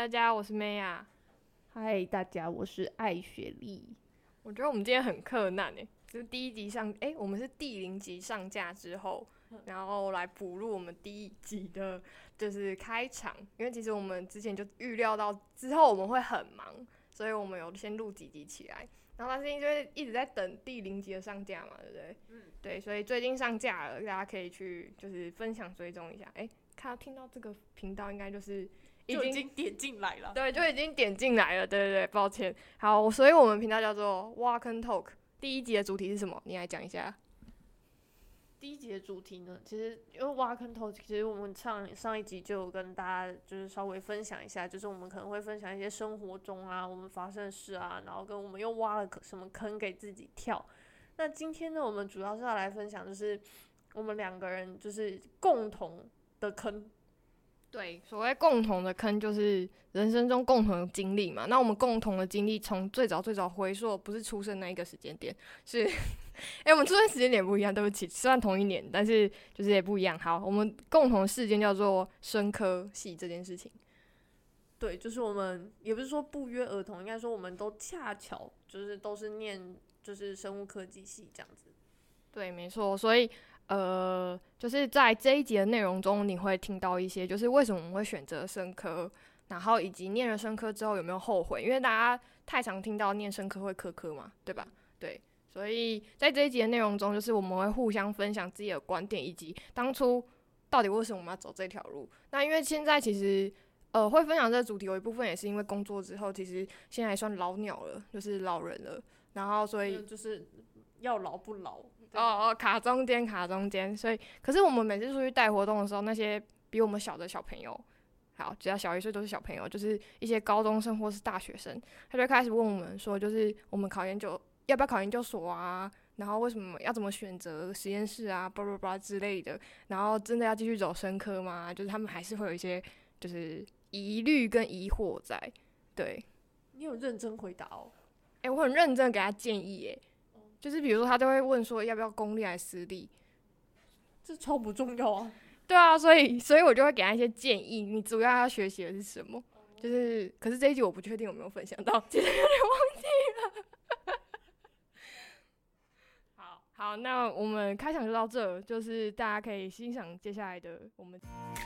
大家，我是 Maya。 嗨，大家，我是艾雪莉。 我觉得我们今天很克难就是第一集上，我们是第0集上架之后，然后来补录我们第1集的，就是开场。因为其实我们之前就预料到之后我们会很忙，所以我们有先录几集起来。然后但是因为一直在等第0集的上架嘛，对不对？对，所以最近上架了，大家可以去就是分享追踪一下。听到这个频道应该就是已经点进来了， 对，就已经点进来了，对，抱歉。好，所以我们频道叫做 Walk and Talk。第1集的主题是什么？你来讲一下。 第1集的主题呢，其实因为挖坑头，其实我们上一集就有跟大家就是稍微分享一下，就是我们可能会分享一些生活中啊我们发生的事啊，然后跟我们又挖了什么坑给自己跳。那今天呢，我们主要是要来分享，就是我们2个人就是共同的坑。 对，所谓共同的坑就是人生中共同的经历嘛。那我们共同的经历从最早回溯，不是出生那一个时间点，是我们出生时间点不一样，对不起，虽然同一年，但是就是也不一样。好，我们共同的事件叫做生科系这件事情。 对，就是我们也不是说不约而同，应该说我们都恰巧就是都是念就是生物科技系这样子。 对，没错，所以就是在这一集的内容中，你会听到一些就是为什么我们会选择生科，然后以及念了生科之后有没有后悔，因为大家太常听到念生科会科科嘛，对吧？对，所以在这一集的内容中，就是我们会互相分享自己的观点，以及当初到底为什么我们要走这条路。那因为现在其实会分享这个主题，有一部分也是因为工作之后，其实现在也算老鸟了，就是老人了，然后所以就是要老不老。 卡中间，所以可是我们每次出去带活动的时候，那些比我们小的小朋友，好，只要小1岁都是小朋友，就是一些高中生或是大学生，他就开始问我们说，就是我们要不要考研究所啊？然后为什么要怎么选择实验室啊，巴拉巴拉之类的，然后真的要继续走生科吗？就是他们还是会有一些就是疑虑跟疑惑在。对， 你有认真回答哦？ 我很认真给他建议就是比如说他都会问说要不要公立还是私立， 这超不重要啊。 对啊，所以我就会给他一些建议，你主要要学习的是什么？就是可是这一集我不确定有没有分享到，其实有点忘记了。好，那我们开场就到这，就是大家可以欣赏接下来的我们。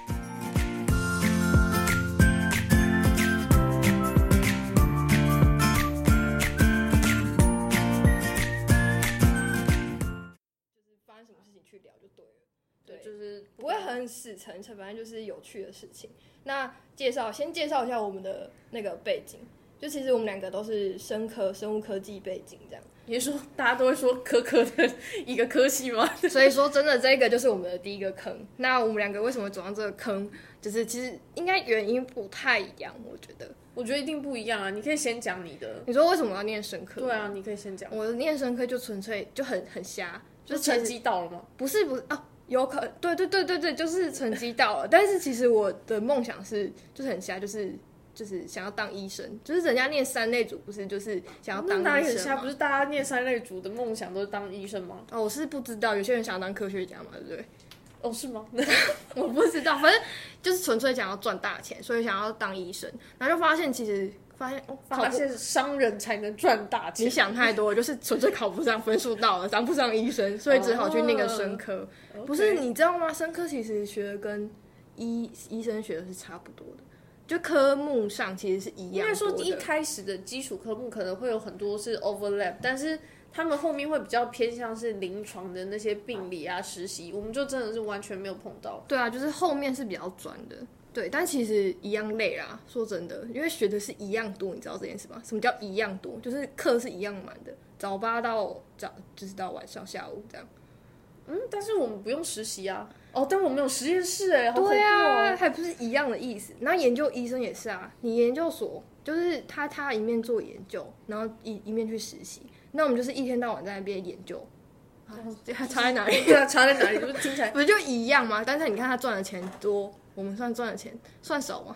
发生什么事情去聊就对了，对， 就是不会很死沉，反正就是有趣的事情。那先介绍一下我们的那个背景，就其实我们2个都是生物科技背景这样。 你是说大家都会说科科的一个科系吗？ 所以说真的这个就是我们的第一个坑。那我们2个为什么走上这个坑，就是其实应该原因不太一样，我觉得一定不一样啊！你可以先讲你的。 你说为什么要念生科？ 对啊，你可以先讲。 我的念生科就纯粹就很瞎， 就是成绩到了吗？ 不是有可能，对，就是成绩到了。但是其实我的梦想就是很瞎，就是想要当医生，就是人家念3类组不是就是想要当医生吗？ 那哪里很瞎？不是大家念3类组的梦想都是当医生吗？ 我是不知道，有些人想要当科学家嘛，对不对？ 是吗？ 我不知道，反正就是纯粹想要赚大钱，所以想要当医生，然后就发现商人才能赚大钱。 你想太多，就是纯粹考不上，分数到了，当不上医生，所以只好去念个生科。不是，你知道吗？生科其实学的跟医生学的是差不多的，就科目上其实是一样多的。 应该说一开始的基础科目可能会有很多是 overlap， 但是他们后面会比较偏向是临床的那些病理啊、实习，我们就真的是完全没有碰到。 对啊，就是后面是比较专的。对，但其实一样累啦，说真的，因为学的是一样多，你知道这件事吗？什么叫一样多？就是课是一样满的，早8就是到晚上下午这样。 但是我们不用实习啊。但我们有实验室好恐怖对啊，还不是一样的意思。那研究医生也是啊，你研究所就是他一面做研究，然后一面去实习。那我们就是一天到晚在那边研究，差在哪里？ 对啊，差在哪里？就是听起来不是就一样吗？但是你看他赚的钱多，我们赚的钱算少吗？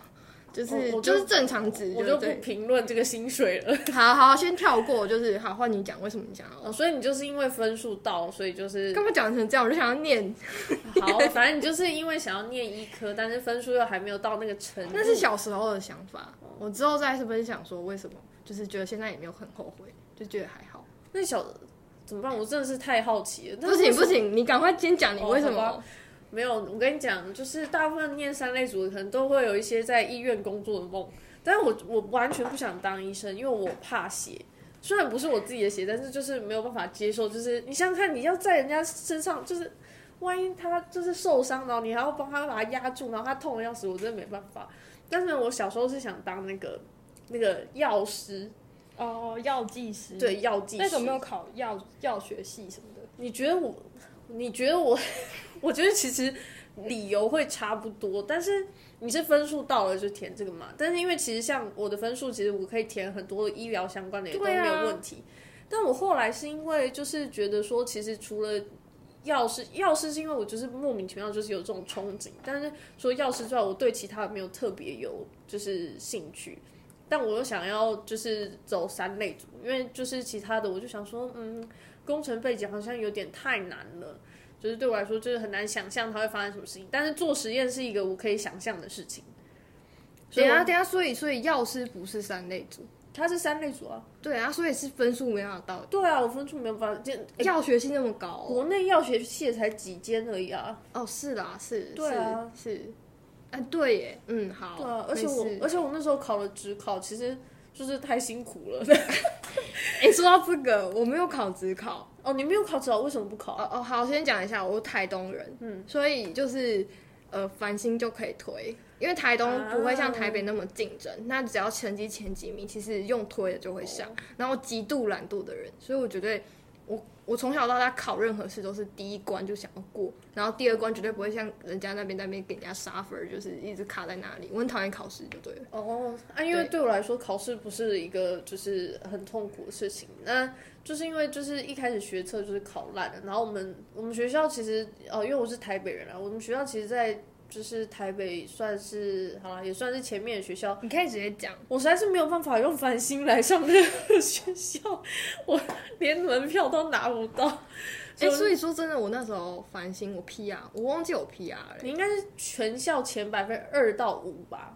就是正常值， 我就不评论这个薪水了。 好，先跳过，就是好换你讲为什么你想要。 所以你就是因为分数到，所以就是干嘛讲成这样？我就想要念。 好，反正你就是因为想要念医科，但是分数又还没有到那个程度。 那是小时候的想法，我之后再分享说为什么，就是觉得现在也没有很后悔，就觉得还好。 那怎么办？我真的是太好奇了。 不行，你赶快先讲你为什么。 没有，我跟你讲，就是大部分念三类组的可能都会有一些在医院工作的梦，但是我完全不想当医生，因为我怕血。虽然不是我自己的血，但是就是没有办法接受。就是你想想看，你要在人家身上，就是万一他就是受伤，然后你还要帮他把他压住，然后他痛的要死，我真的没办法。但是我小时候是想当那个药师。 药剂师。 对，药剂师。 那时候没有考药学系什么的。 你觉得我我觉得其实理由会差不多，但是你是分数到了就填这个嘛。但是因为其实像我的分数，其实我可以填很多医疗相关的也都没有问题。但我后来是因为就是觉得说，其实除了药师是因为我就是莫名其妙就是有这种憧憬，但是除了药师之外，我对其他的没有特别有就是兴趣。但我又想要就是走三类组，因为就是其他的我就想说，工程背景好像有点太难了，就是对我来说就是很难想象它会发生什么事情。但是做实验是一个我可以想象的事情。 等一下，所以药师不是三类组， 它是三类组啊。 对啊，所以是分数没办法到。 对啊，我分数没有办法。 药学系那么高， 国内药学系也才几间而已啊。 是啦，是。 对啊， 是。对耶，好。 对啊，而且我那时候考了指考，其实就是太辛苦了。 说到这个，我没有考指考。 你没有考指考，为什么不考？ 好，先讲一下，我是台东人，所以就是繁星就可以推，因为台东不会像台北那么竞争，那只要成绩前几名，其实用推的就会上。然后极度懒惰的人，所以我觉得我从小到大考任何事都是第一关就想要过，然后第二关绝对不会像人家那边给人家杀分，就是一直卡在那里。我很讨厌考试，就对了。 因为对我来说，考试不是一个就是很痛苦的事情。那就是因为就是一开始学测就是考烂了，然后我们学校其实因为我是台北人啊，我们学校其实在就是台北算是好啦，也算是前面的学校。 你可以直接讲， 我实在是没有办法用繁星来上那个学校，我连门票都拿不到。 所以说真的，我那时候繁星我 PR， 我忘记我 PR 了。 你应该是全校前2%到5%吧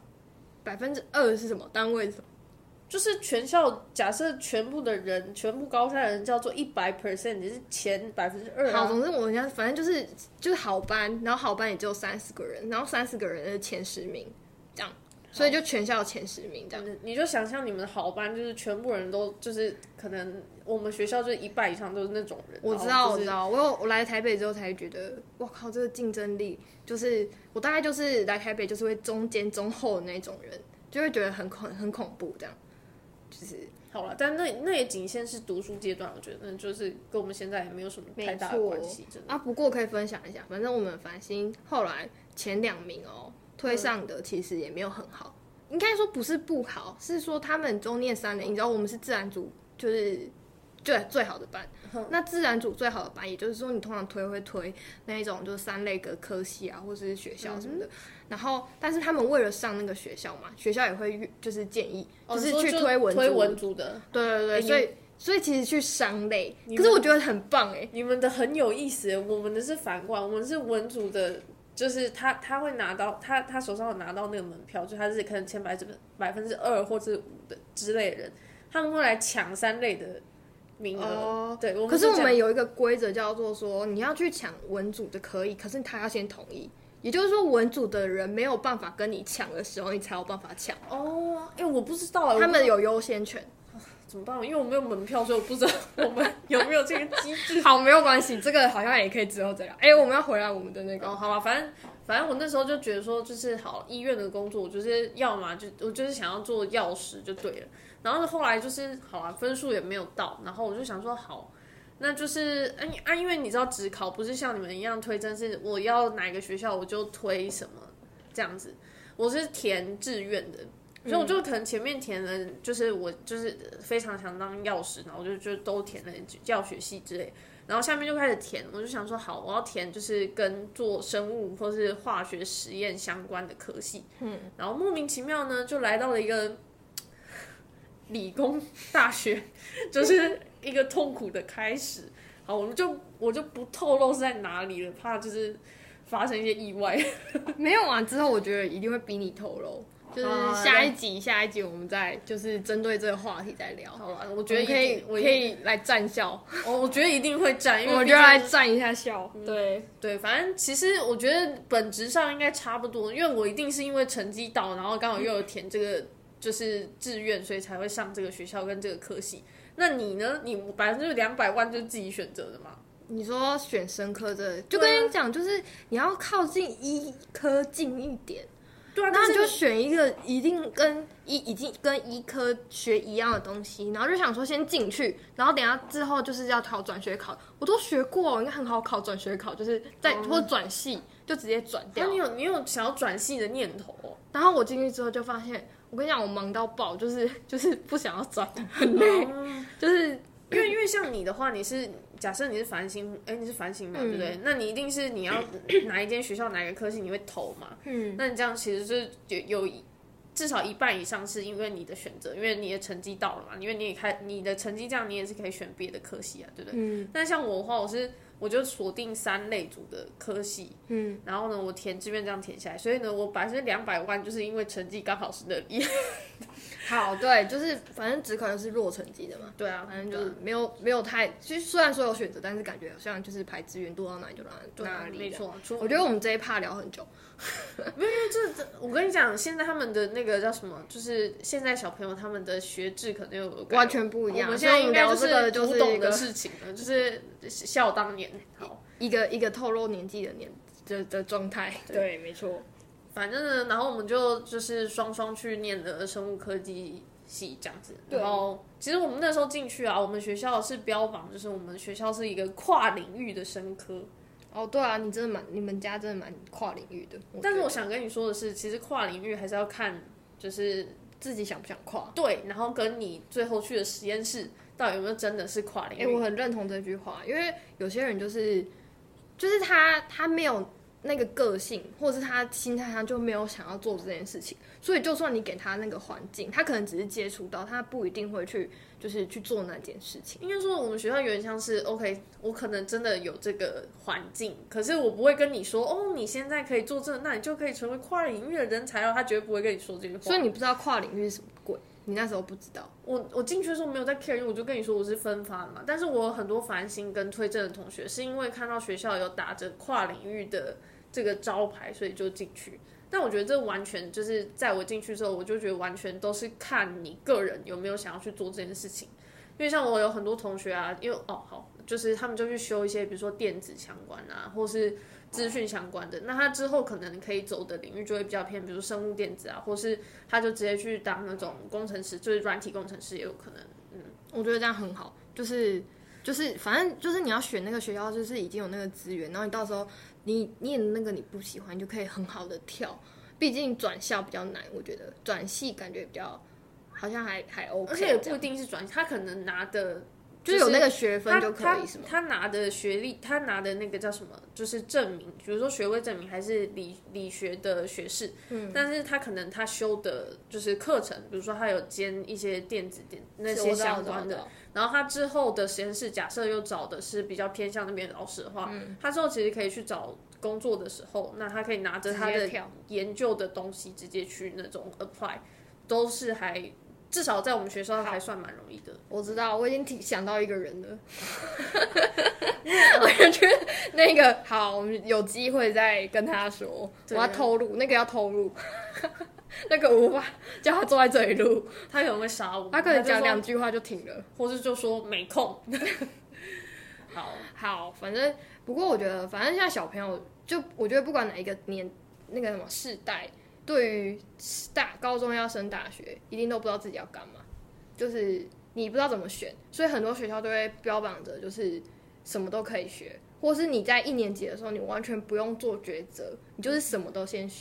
？2%是什么单位？是什么？ 就是全校假设全部的人，全部高三的人叫做100%，你是前2%。 好，总之我们家反正就是好班，然后好班也只有30个人，然后30个人的前10名这样，所以就全校前10名这样。 你就想象你们的好班就是全部人都就是可能我们学校就是1半以上都是那种人。 我知道，我来台北之后才觉得，哇靠，这个竞争力就是我大概就是来台北就是会中间中后的那种人，就会觉得很恐怖这样。就是好了，但那也仅限是读书阶段，我觉得就是跟我们现在也没有什么太大的关系，真的。 不过可以分享一下，反正我们繁星后来前2名推上的其实也没有很好，应该说不是不好，是说他们都念3类，你知道我们是自然组，就是最好的班。那自然组最好的班，也就是说你通常会推那一种就是3类的科系啊，或是学校什么的。然后，但是他们为了上那个学校嘛，学校也会就是建议，就是去推文组的。 对，所以其实去商类，可是我觉得很棒哎。 你们的很有意思，我们的是反过来，我们是文组的。就是他会拿到他手上有拿到那个门票，就他是可能前2%或者5%的之类的人，他们会来抢3类的名额。对， 可是我们有一个规则叫做说，你要去抢文组的可以，可是他要先同意，也就是说文组的人没有办法跟你抢的时候，你才有办法抢。 我不知道他们有优先权。 怎么办？因为我没有门票，所以我不知道我们有没有这个机制。 好，没有关系，这个好像也可以之后再聊。我们要回来我们的那个。 好吧，反正我那时候就觉得说，就是好医院的工作，我就是要嘛我就是想要做药师就对了。然后后来就是好啦，分数也没有到，然后我就想说好，那就是因为你知道指考不是像你们一样推甄，是我要哪个学校我就推什么这样子，我是填志愿的。 所以我就可能前面填了，就是我就是非常想当药师，然后我就都填了教学系之类。然后下面就开始填，我就想说好，我要填就是跟做生物或是化学实验相关的科系。然后莫名其妙呢，就来到了一个理工大学，就是一个痛苦的开始。好，我就不透露是在哪里了，怕就是发生一些意外。 没有啊，之后我觉得一定会逼你透露。就是下一集我们再就是针对这个话题再聊。 好了，我觉得可以来站校。 我觉得一定会站，因为我就来站一下校。 对，反正其实我觉得本质上应该差不多，因为我一定是因为成绩到，然后刚好又有填这个就是志愿，所以才会上这个学校跟这个科系。那你呢？你200万就是自己选择的吗？ 你说选生科这就跟你讲，就是你要靠近医科近一点。 对啊， 那你就选一个已经跟医科学一样的东西，然后就想说先进去，然后等一下之后就是要考转学考，我都学过，应该很好考转学考，就是或者转系就直接转掉。 那你有想要转系的念头哦？ 然后我进去之后就发现，我跟你讲，我忙到爆，就是不想要转，很累，就是因为像你的话，假设你是繁星，你是繁星嘛，对不对？那你一定是你要哪一间学校哪一个科系你会投嘛？那你这样其实是有至少一半以上是因为你的选择，因为你的成绩到了嘛，因为你的成绩这样，你也是可以选别的科系啊，对不对？但像我的话，我就锁定3类组的科系，然后呢，我填志愿这样填下来，所以呢，我200万就是因为成绩刚好是那里。 好，对，就是反正指考又是弱成绩的嘛， 对啊， 反正就是没有太，其实虽然说有选择，但是感觉好像就是排资源多到哪里就哪里。 没错， 我觉得我们这一趴聊很久。 没有，我跟你讲，现在他们的那个叫什么，就是现在小朋友他们的学制可能有完全不一样。 我们现在应该就是古董的事情了，就是笑当年，好一个透露年纪的状态。对，没错。 反正呢，然后我们就是双去念了生物科技系这样子。然后其实我们那时候进去啊，我们学校是标榜就是我们学校是一个跨领域的生科。 哦，对啊，你们家真的蛮跨领域的。 但是我想跟你说的是，其实跨领域还是要看就是自己想不想跨。 对，然后跟你最后去的实验室到底有没有真的是跨领域。 我很认同这句话，因为有些人就是他没有那个个性，或者是他心态上就没有想要做这件事情，所以就算你给他那个环境，他可能只是接触到，他不一定会去做那件事情。 应该说我们学校有点像是 OK， 我可能真的有这个环境，可是我不会跟你说哦，你现在可以做这个，那你就可以成为跨领域的人才哦，他绝对不会跟你说这句话。 所以你不知道跨领域是什么鬼，你那时候不知道。 我进去的时候没有在 care，因为我就跟你说我是分发的嘛。但是我有很多繁星跟推甄的同学是因为看到学校有打着跨领域的这个招牌，所以就进去。但我觉得这完全就是在我进去之后，我就觉得完全都是看你个人有没有想要去做这件事情。因为像我有很多同学啊，因为就是他们就去修一些，比如说电子相关啊，或是资讯相关的。那他之后可能可以走的领域就会比较偏，比如说生物电子啊，或是他就直接去当那种工程师，就是软体工程师也有可能。 我觉得这样很好，就是反正就是你要选那个学校，就是已经有那个资源，然后你到时候你念那个你不喜欢，你就可以很好的跳。毕竟转校比较难，我觉得转系感觉比较好像还 OK， 而且也不一定是转系，他可能拿的。 就是有那个学分就可以，是吗？ 他拿的学历，他拿的那个叫什么？就是证明，比如说学位证明，还是理学的学士。但是他可能他修的就是课程，比如说他有兼一些电子那些相关的。然后他之后的实验室，假设又找的是比较偏向那边的老师的话，他之后其实可以去找工作的时候，那他可以拿着他的研究的东西直接去那种 apply， 都是至少在我们学校还算蛮容易的。 我知道，我已经想到一个人了。我觉得那个好，我们有机会再跟他说。我要透露，那个要透露。那个无法叫他坐在这里录， 他可能会杀我。 他可能讲2句话就停了， 或是就说没空。 好，反正不过我觉得，反正现在小朋友我觉得不管哪一个那个什么世代。对于高中要升大学，一定都不知道自己要干嘛，就是你不知道怎么选，所以很多学校都会标榜着就是什么都可以学，或是你在1年级的时候，你完全不用做抉择，你就是什么都先学，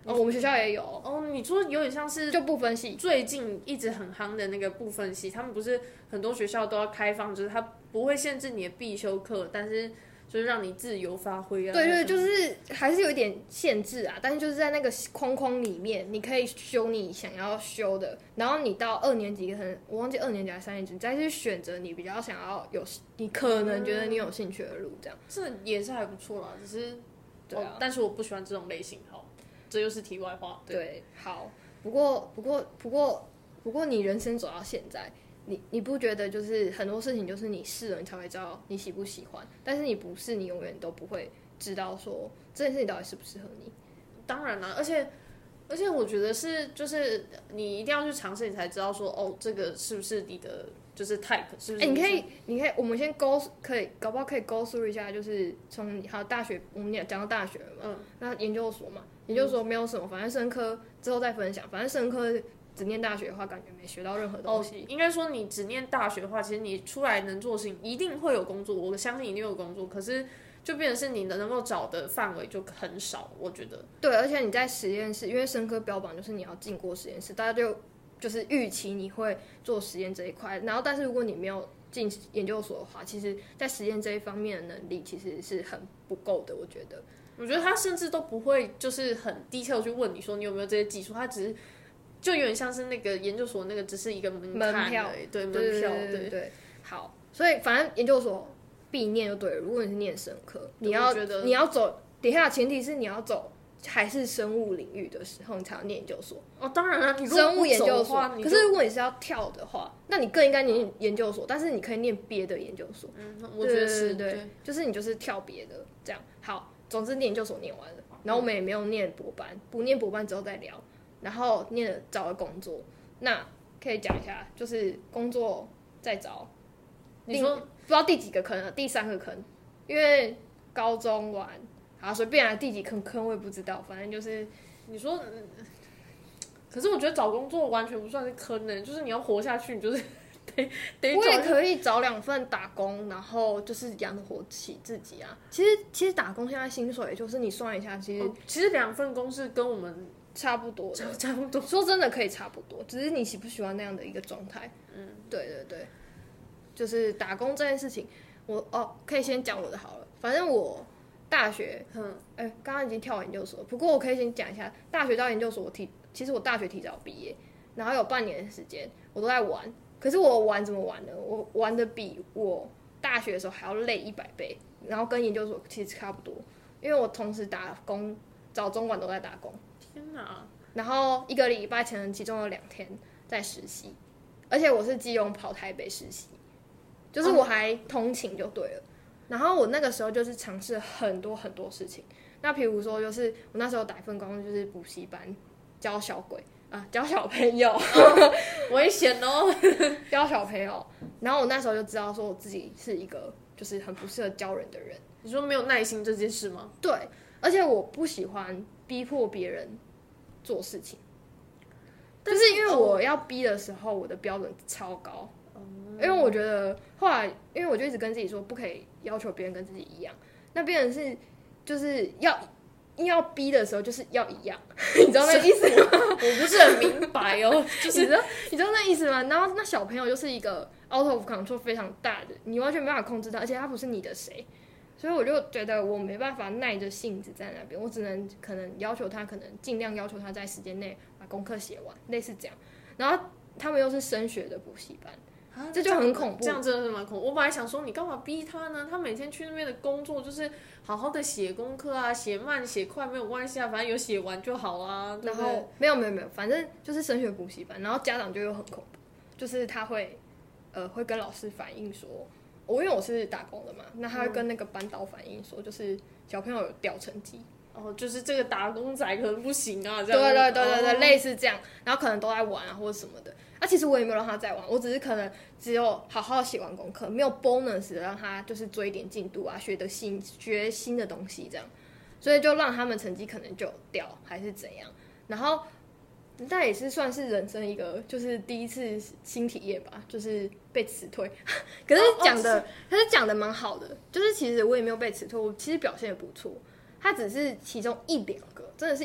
我们学校也有哦。你说有点像是就不分系， 最近一直很夯的那个部分系，他们不是很多学校都要开放，就是它不会限制你的必修课，但是就是让你自由发挥啊。 对对，就是还是有一点限制啊，但是就是在那个框框里面，你可以修你想要修的，然后你到2年级，可能我忘记2年级还是3年级，你再去选择你比较想要你可能觉得你有兴趣的路，这样。 这也是还不错啦，只是对啊， 但是我不喜欢这种类型。好，这又是题外话。 对，好，不过你人生走到现在。你不觉得就是很多事情就是你试了你才会知道你喜不喜欢，但是你不试你永远都不会知道说这件事情到底适不适合你。 当然啦，而且我觉得就是你一定要去尝试，你才知道说哦这个是不是你的就是 type 是不是？ 你可以，我们先搞不好可以 go through 一下，就是从还有大学，我们讲到大学了嘛，那研究所嘛，研究所没有什么，反正生科之后再分享，反正生科。只念大学的话，感觉没学到任何东西。 应该说你只念大学的话，其实你出来能做的事情一定会有工作，我相信一定有工作。可是就变成是你能够找的范围就很少，我觉得。 对，而且你在实验室，因为生科标榜就是你要进过实验室，大家就是预期你会做实验这一块。然后，但是如果你没有进研究所的话，其实在实验这一方面的能力其实是很不够的，我觉得。 我觉得他甚至都不会就是很 detail 去问你说你有没有这些技术，他只是。就有点像是那个研究所那个，只是一个门票， 对门票， 对。好，所以反正研究所必念就对了。如果你是念生科，你要走，等一下前提是你要走还是生物领域的时候，你才要念研究所。 哦，当然了，你生物研究所。可是如果你是要跳的话，那你更应该念研究所，但是你可以念别的研究所。 我觉得是对，就是你就是跳别的这样。好，总之念研究所念完了，然后我们也没有念博班，不念博班之后再聊。然后找了工作，那可以讲一下，就是工作再找， 你说不知道第几个坑，第3个坑，因为高中完，好随便来第几坑我也不知道，反正就是你说，可是我觉得找工作完全不算是坑呢，就是你要活下去，你就是得。 我也可以找2份打工，然后就是养活起自己啊。其实打工现在薪水就是你算一下，其实2份工是跟我们。 差不多的， 差不多。 说真的，可以差不多，只是你喜不喜欢那样的一个状态。对对对，就是打工这件事情，可以先讲我的好了。反正我大学，刚刚已经跳完研究所，不过我可以先讲一下大学到研究所，其实我大学提早毕业，然后有半年的时间我都在玩。可是我玩怎么玩呢？我玩的比我大学的时候还要累100倍，然后跟研究所其实差不多，因为我同时打工，早中晚都在打工。 天哪！ 然后1个礼拜前其中有2天在实习，而且我是基隆跑台北实习，就是我还通勤就对了。然后我那个时候就是尝试很多很多事情，那比如说就是我那时候打一份工就是补习班教小鬼啊，教小朋友， 危险哦， 教小朋友。然后我那时候就知道说我自己是一个就是很不适合教人的人。 你说没有耐心这件事吗？ 对，而且我不喜欢逼迫别人做事情，就是因为我要逼的时候，我的标准超高。因为我觉得后来，因为我就一直跟自己说，不可以要求别人跟自己一样。那变成是就是硬要逼的时候，就是要一样，你知道那意思吗？ 我不是很明白哦，就是你知道那意思吗？然后那小朋友就是一个 out of control 非常大的，你完全没办法控制他，而且他不是你的谁。所以我就觉得我没办法耐着性子在那边，我只能可能要求他，可能尽量要求他在时间内把功课写完，类似这样。然后他们又是升学的补习班，这就很恐怖。 这样真的是蛮恐怖。我本来想说，你干嘛逼他呢？他每天去那边的工作就是好好的写功课啊，写慢写快没有关系啊，反正有写完就好啦。 然后没有，反正就是升学补习班，然后家长就又很恐怖，就是他会跟老师反映说。因为我是打工的嘛，那他会跟那个班导反映说，就是小朋友有掉成绩， 就是这个打工仔可能不行啊，这样。 对，类似这样，然后可能都在玩啊或者什么的。其实我也没有让他在玩，我只是可能只有好好写完功课，没有 bonus 让他就是追一点进度啊，学新的东西这样，所以就让他们成绩可能就掉还是怎样，然后。那也是算是人生一个就是第一次新体验吧，就是被辞退。可是讲的蛮好的，就是其实我也没有被辞退，我其实表现也不错。他只是其中1-2个，真的是1-2个，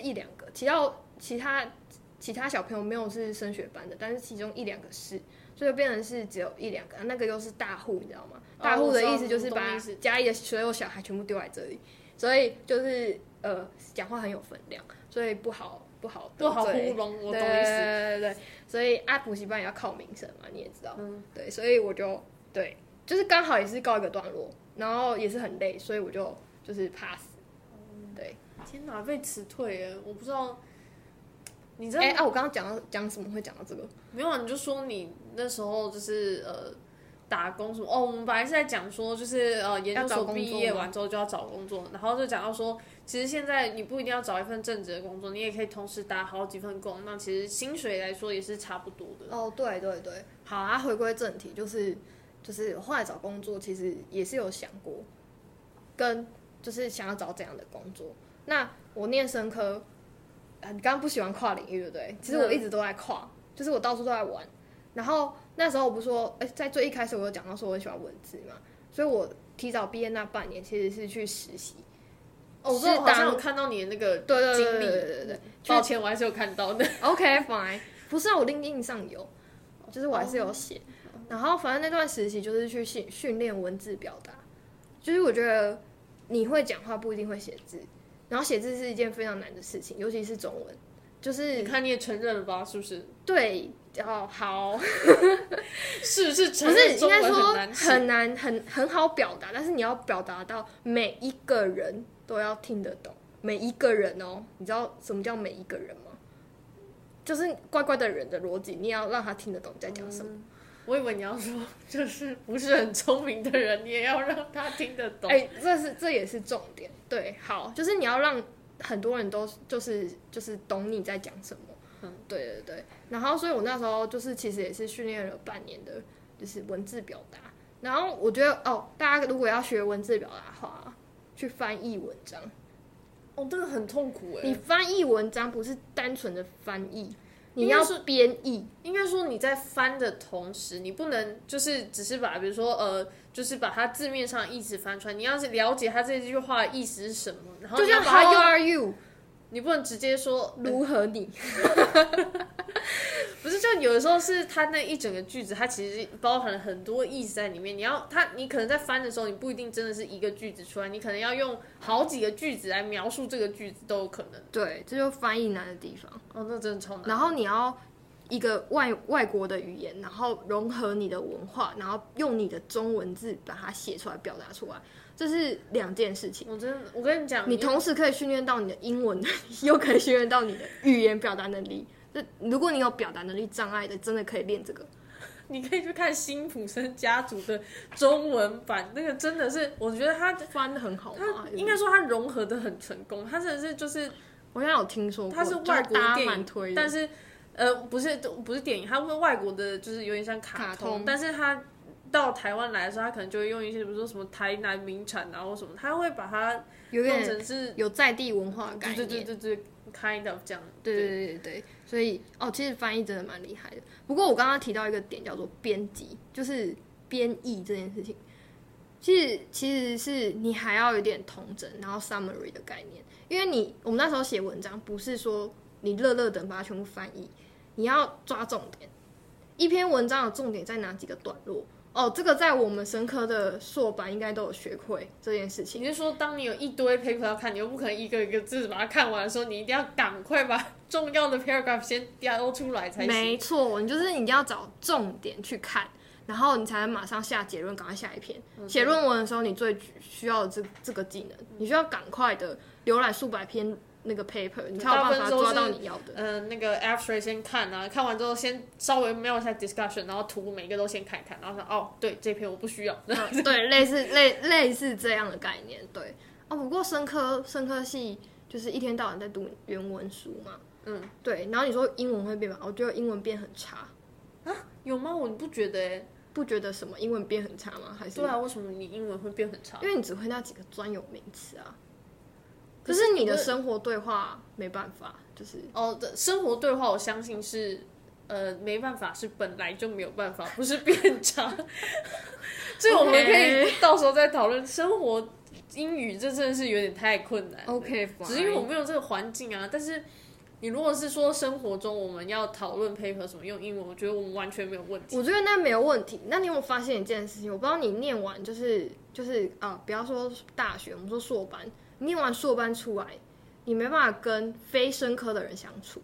其他小朋友没有是升学班的，但是其中1-2个是，所以就变成是只有1-2个，那个又是大户，你知道吗？大户的意思就是把家里的所有小孩全部丢在这里，所以就是讲话很有分量，所以不好糊弄，我懂意思。对，所以补习班也要靠名声嘛，你也知道。对，所以我就对，就是刚好也是告一个段落，然后也是很累，所以我就是 pass。对， 天哪，被辞退耶！我不知道。你知道我刚刚讲什么会讲到这个？ 没有啊，你就说你那时候就是打工什么哦，我们本来是在讲说就是研究所毕业完之后就要找工作，然后就讲到说，其实现在你不一定要找一份正职的工作，你也可以同时打好几份工，那其实薪水来说也是差不多的。 哦，对对对，好回归正题，就是我后来找工作其实也是有想过，跟就是想要找怎样的工作。那我念生科。你刚刚不喜欢跨领域，对不对？其实我一直都在跨，就是我到处都在玩。然后那时候我不是说，在最一开始我有讲到说我很喜欢文字嘛，所以我提早毕业那半年其实是去实习。 我知道我好像有看到你的那个经历， 对， 抱歉，我还是有看到的。 OK fine， 不是我LinkedIn上有，就是我还是有写。然后反正那段实习就是去训练文字表达，就是我觉得你会讲话不一定会写字。然后写字是一件非常难的事情，尤其是中文。就是你看你也承认了吧？是不是？ 对，好， 是不是承认中文很难写？ 很难，很好表达，但是你要表达到每一个人都要听得懂，每一个人哦，你知道什么叫每一个人吗？就是怪怪的人的逻辑，你也要让他听得懂你在讲什么。 我以为你要说，就是不是很聪明的人，你也要让他听得懂。 这也是重点。对，好，就是你要让很多人都就是懂你在讲什么。对对对。然后，所以我那时候就是其实也是训练了半年的，就是文字表达。然后我觉得大家如果要学文字表达的话，去翻译文章。 这个很痛苦你翻译文章不是单纯的翻译。你要编译， 应该说你在翻的同时，你不能就是只是把比如说就是把它字面上的意思翻出来，你要是了解它这句话的意思是什么，然后就像 How are you， 你不能直接说如何你， 不是，就有的时候是它那一整个句子，它其实包含了很多意思在里面。你可能在翻的时候，你不一定真的是一个句子出来，你可能要用好几个句子来描述这个句子都有可能。 对，这就是翻译难的地方。 那真的超难。 然后你要一个外国的语言，然后融合你的文化，然后用你的中文字把它写出来、表达出来，这是2件事情。 我跟你讲， 你同时可以训练到你的英文能力，又可以训练到你的语言表达能力。如果你有表达能力障碍的，真的可以练这个。 你可以去看辛普森家族的中文版，那个真的是，我觉得他翻得很好嘛。 应该说他融合得很成功，他真的是就是我现在有听说过， 他是外国电影，但是不是电影，他是外国的，就是有点像卡通，但是他到台湾来的时候，他可能就会用一些比如说什么台南名产啊或什么，他会把它有弄成是有在地文化的概念， 对 kind of 这样， 对，所以其实翻译真的蛮厉害的。不过我刚刚提到一个点叫做编辑，就是编译这件事情，其实是你还要有点统整，然后 summary 的概念，因为我们那时候写文章不是说你乐等把它全部翻译，你要抓重点，一篇文章的重点在哪几个段落。这个在我们生科的硕班应该都有学会这件事情。 你是说，当你有一堆 paper 要看，你又不可能一个一个字把它看完的时候，你一定要赶快把重要的 paragraph 先标出来才行。 没错，你一定要找重点去看，然后你才能马上下结论，赶快下一篇。写论文的时候，你最需要的这个技能，你需要赶快的浏览数百篇那个 paper， 你才有办法抓到你要的。 那个 abstract 先看啊，看完之后先稍微瞄一下 discussion， 然后图每个都先看一看，然后说对，这篇我不需要。 对，类似这样的概念，对。不过生科系就是一天到晚在读原文书嘛，对。然后你说英文会变吗？我觉得英文变很差。 有吗？我不觉得不觉得什么英文变很差吗？还是对啊？为什么你英文会变很差？ 因为你只会那几个专有名词啊。可是你的生活对话没办法，就是生活对话我相信是没办法，是本来就没有办法，不是变差。这个我们可以到时候再讨论。生活英语这真的是有点太困难。 OK， 只是因为我没有这个环境啊。但是你如果是说生活中我们要讨论 paper 什么用英文，我觉得我们完全没有问题。 我觉得那没有问题。那你有没有发现一件事情？我不知道你念完就是不要说大学，我们说硕班，你念完硕班出来，你没办法跟非生科的人相处。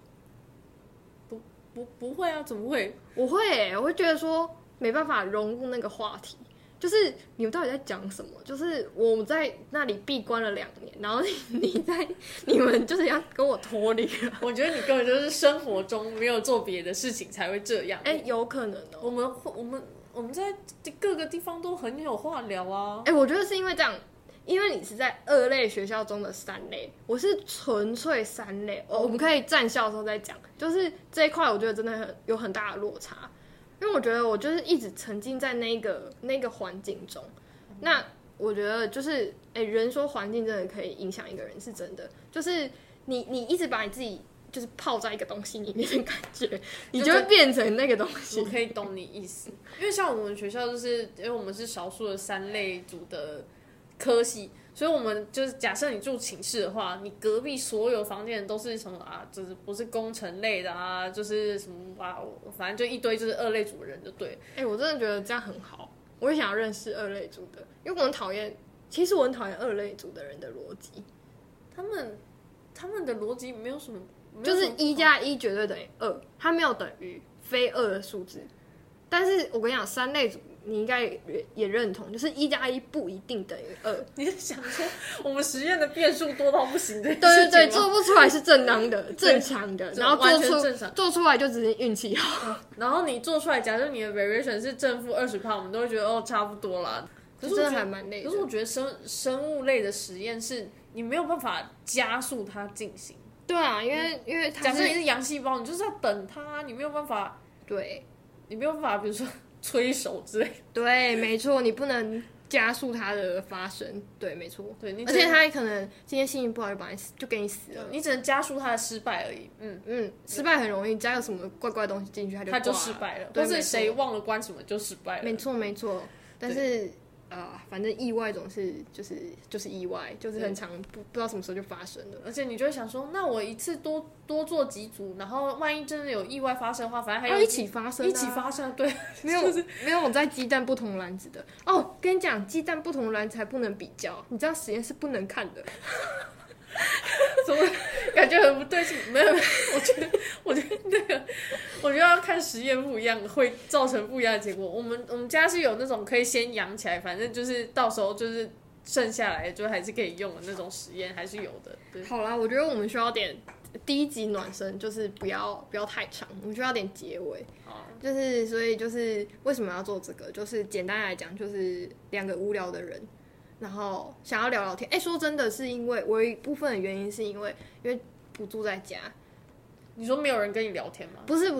不会啊，怎么会？ 我会、我会觉得说没办法融入那个话题。就是你们到底在讲什么？就是我在那里闭关了2年，然后你们就是要跟我脱离了。 我觉得你根本就是生活中没有做别的事情才会这样。 有可能哦。 我们在各个地方都很有话聊啊。 我觉得是因为这样，因为你是在2类学校中的3类，我是纯粹3类。我们可以站校的时候再讲，就是这一块我觉得真的有很大的落差。因为我觉得我就是一直沉浸在那个环境中，那我觉得就是人说环境真的可以影响一个人是真的，就是你一直把你自己就是泡在一个东西里面的感觉，你就会变成那个东西。 我可以懂你意思，因为像我们学校就是因为我们是少数的3类组的科系。所以我们就是假设你住寝室的话，你隔壁所有房间都是什么啊？就是不是工程类的啊，就是什么啊，反正就一堆就是2类组的人就对了。 我真的觉得这样很好，我也想要认识2类组的，因为我很讨厌，其实我很讨厌2类组的人的逻辑， 他们的逻辑没有什么， 就是1+1绝对等于2，它没有等于非2的数字。但是我跟你讲，3类组你应该也认同，就是1+1不一定等于2。 你是想说我们实验的变数多到不行的？ 对，做不出来是正当的、正常的，然后做出来就只是运气好。 然后你做出来，假设你的 variation 是正负20%，我们都会觉得差不多啦。可是真的还蛮累的。 可是我觉得生物类的实验是你没有办法加速它进行。 对啊，因为假设你是阳细胞，你就是要等它，你没有办法。 对。 你没有办法，比如说催熟之类的。 对，没错，你不能加速它的发生。对，没错。 对， 而且它可能今天心情不好就给你死了。 你只能加速它的失败而已。 失败很容易，加个什么怪怪的东西进去，它就失败了。 或是谁忘了关什么就失败了。 没错。但是反正意外总是就是意外，就是很常不知道什么时候就发生了。 而且你就会想说，那我一次多做几组，然后万一真的有意外发生的话，反正还有一起发生， 一起发生。对， 没有我在鸡蛋不同篮子的哦。跟你讲，鸡蛋不同篮子还不能比较，你知道实验是不能看的。 怎么感觉很不对劲？没有，我觉得那个，我觉得要看实验不一样，会造成不一样的结果。我们家是有那种可以先养起来，反正就是到时候就是剩下来就还是可以用的那种实验，还是有的。对， 好啦，我觉得我们需要点第一集暖身，就是不要太长，我们需要点结尾。就是所以就是为什么要做这个？就是简单来讲，就是2个无聊的人。然后想要聊聊天，说真的，是因为我有一部分的原因是因为不住在家。 你说没有人跟你聊天吗？ 不是，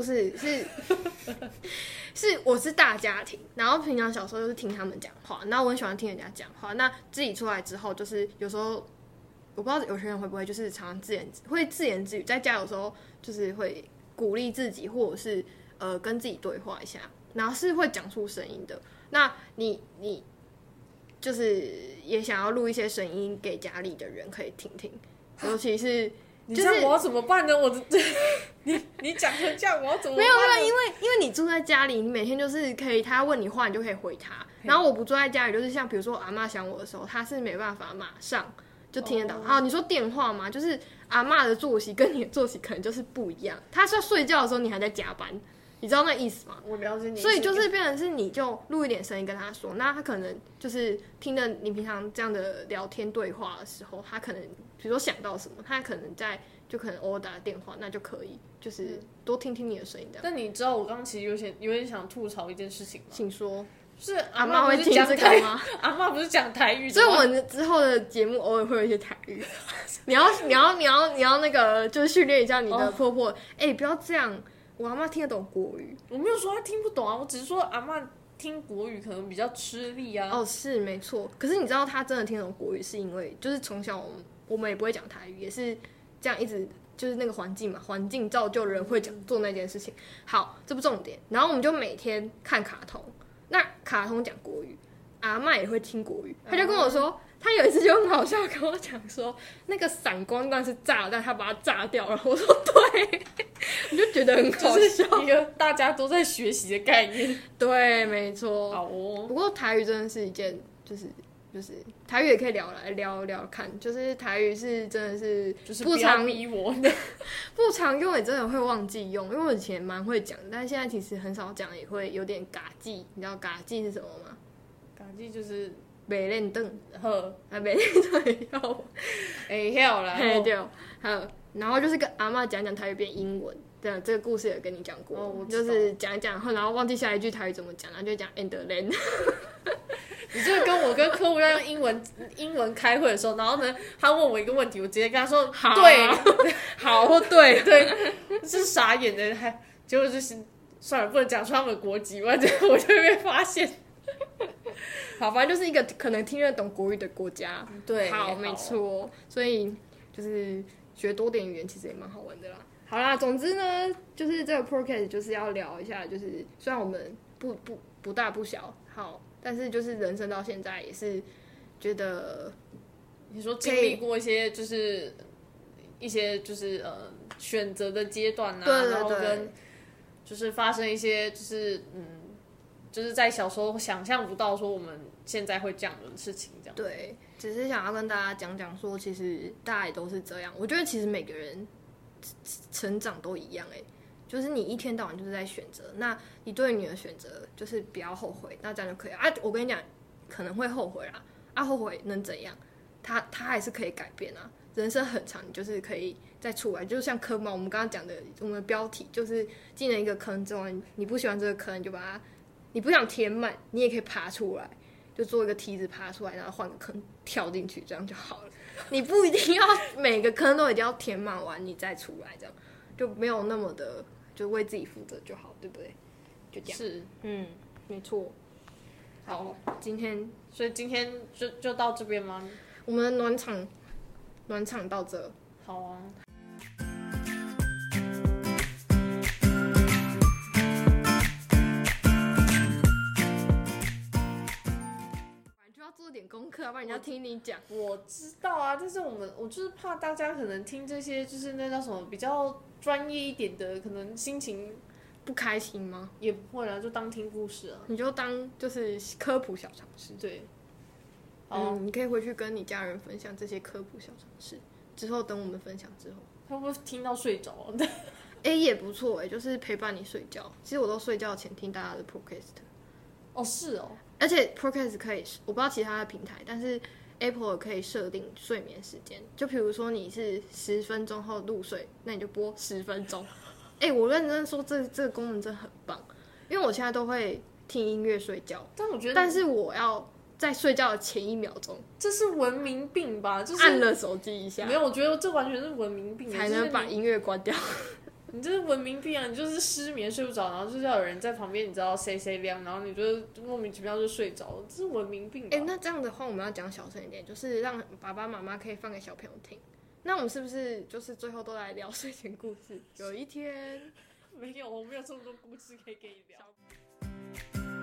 是我是大家庭，然后平常小时候就是听他们讲话，然后我很喜欢听人家讲话。那自己出来之后，就是有时候我不知道有些人会不会就是常常自言自语，在家有时候就是会鼓励自己，或者是跟自己对话一下，然后是会讲出声音的。那你就是也想要录一些声音给家里的人可以听听，尤其是你这样我要怎么办呢？你讲成这样我要怎么办呢？ 没有，因为你住在家里，你每天就是可以，他问你话你就可以回他。然后我不住在家里，就是像比如说阿嬷想我的时候，他是没办法马上就听得到。好，你说电话嘛，就是阿嬷的作息跟你的作息可能就是不一样，他是要睡觉的时候你还在加班。你知道那意思吗？ 我了解你。 所以就是变成是你就录一点声音跟他说，那他可能就是听着你平常这样的聊天对话的时候，他可能比如说想到什么，他可能就可能偶尔打电话，那就可以就是多听听你的声音这样。 但你知道我刚刚其实有点想吐槽一件事情吗？ 请说。 就是阿嬷会听这个吗？ 阿嬷不是讲台语的吗？ 所以我们之后的节目偶尔会有一些台语。你要那个就是训练一下你的婆婆，不要这样。我阿嬷听得懂国语， 我没有说她听不懂啊，我只是说阿嬷听国语可能比较吃力啊。 是没错，可是你知道她真的听得懂国语，是因为就是从小我们也不会讲台语，也是这样一直就是那个环境嘛，环境造就人会做那件事情。好，这不重点。然后我们就每天看卡通，那卡通讲国语，阿嬷也会听国语，她就跟我说。 他有一次就很好笑跟我讲说，那个闪光弹是炸弹，他把它炸掉了。我说对，我就觉得很好笑， 就是一个大家都在学习的概念。 对，没错。 好哦。 不过台语真的是一件，就是台语也可以聊聊看，就是台语是真的是就是不常逼我不常用，也真的会忘记用。因为我以前蛮会讲，但现在其实很少讲，也会有点嘎记。你知道嘎记是什么吗？ 嘎记就是袂练凳， 呵， 袂练腿要， 晓啦。 嘿对，然后就是跟阿嬷讲台语变英文。对，这个故事有跟你讲过，就是讲一讲，然后忘记下一句台语怎么讲，然后就讲 and then。 你就跟我跟客户要用英文开会的时候，然后呢，他问我一个问题，我直接跟他说好对， 好或对对，是傻眼的，结果就是算了，不能讲出他们的国籍，我就会被发现。 好，反正就是一个可能听得懂国语的国家。 对， 好，没错，所以就是学多点语言其实也蛮好玩的啦。好啦，总之呢，就是这个 podcast 就是要聊一下，就是虽然我们不大不小，好，但是就是人生到现在也是觉得， 你说经历过一些就是选择的阶段啊， 对， 然后跟就是发生一些就是在小时候想象不到说我们现在会这样的事情，这样。 对，只是想要跟大家讲说，其实大家也都是这样。我觉得其实每个人成长都一样，就是你一天到晚就是在选择，那你对你的选择就是不要后悔，那这样就可以啊。我跟你讲，可能会后悔啦，后悔能怎样？他还是可以改变啊。人生很长，你就是可以再出来，就像科猫，我们刚刚讲的，我们的标题就是进了一个坑之后，你不喜欢这个坑，你就把它，你不想填满，你也可以爬出来，就做一个梯子爬出来，然后换个坑跳进去，这样就好了。你不一定要每个坑都一定要填满完你再出来，这样就没有那么的就为自己负责就好，对不对？就这样。 是， 没错。好， 所以今天就到这边吗？ 我们的暖场到这。 好啊。 做点功课，要不然人家听你讲。 我知道啊，但是我就是怕大家可能听这些，就是那叫什么比较专业一点的，可能心情不开心吗？ 也不会啦，就当听故事啊。 你就当就是科普小常识。 对。 你可以回去跟你家人分享这些科普小常识，之后等我们分享之后， 他会不会听到睡着啊？ 也不错就是陪伴你睡觉。其实我都睡觉前听大家的 podcast。 哦，是哦。 而且 podcast 可以，我不知道其他的平台，但是 Apple 可以设定睡眠时间。就比如说你是10分钟后入睡，那你就播10分钟。我认真说，这个功能真的很棒，因为我现在都会听音乐睡觉。但是我要在睡觉的前1秒钟， 这是文明病吧？就是按了手机一下。 没有，我觉得这完全是文明病， 才能把音乐关掉。 你这是文明病啊！你就是失眠睡不着，然后就是要有人在旁边，你知道谁亮，然后你就莫名其妙就睡着了，这是文明病吧？ 那这样的话我们要讲小声一点，就是让爸爸妈妈可以放给小朋友听。那我们是不是就是最后都来聊睡前故事？有一天， 没有，我没有这么多故事可以给你聊。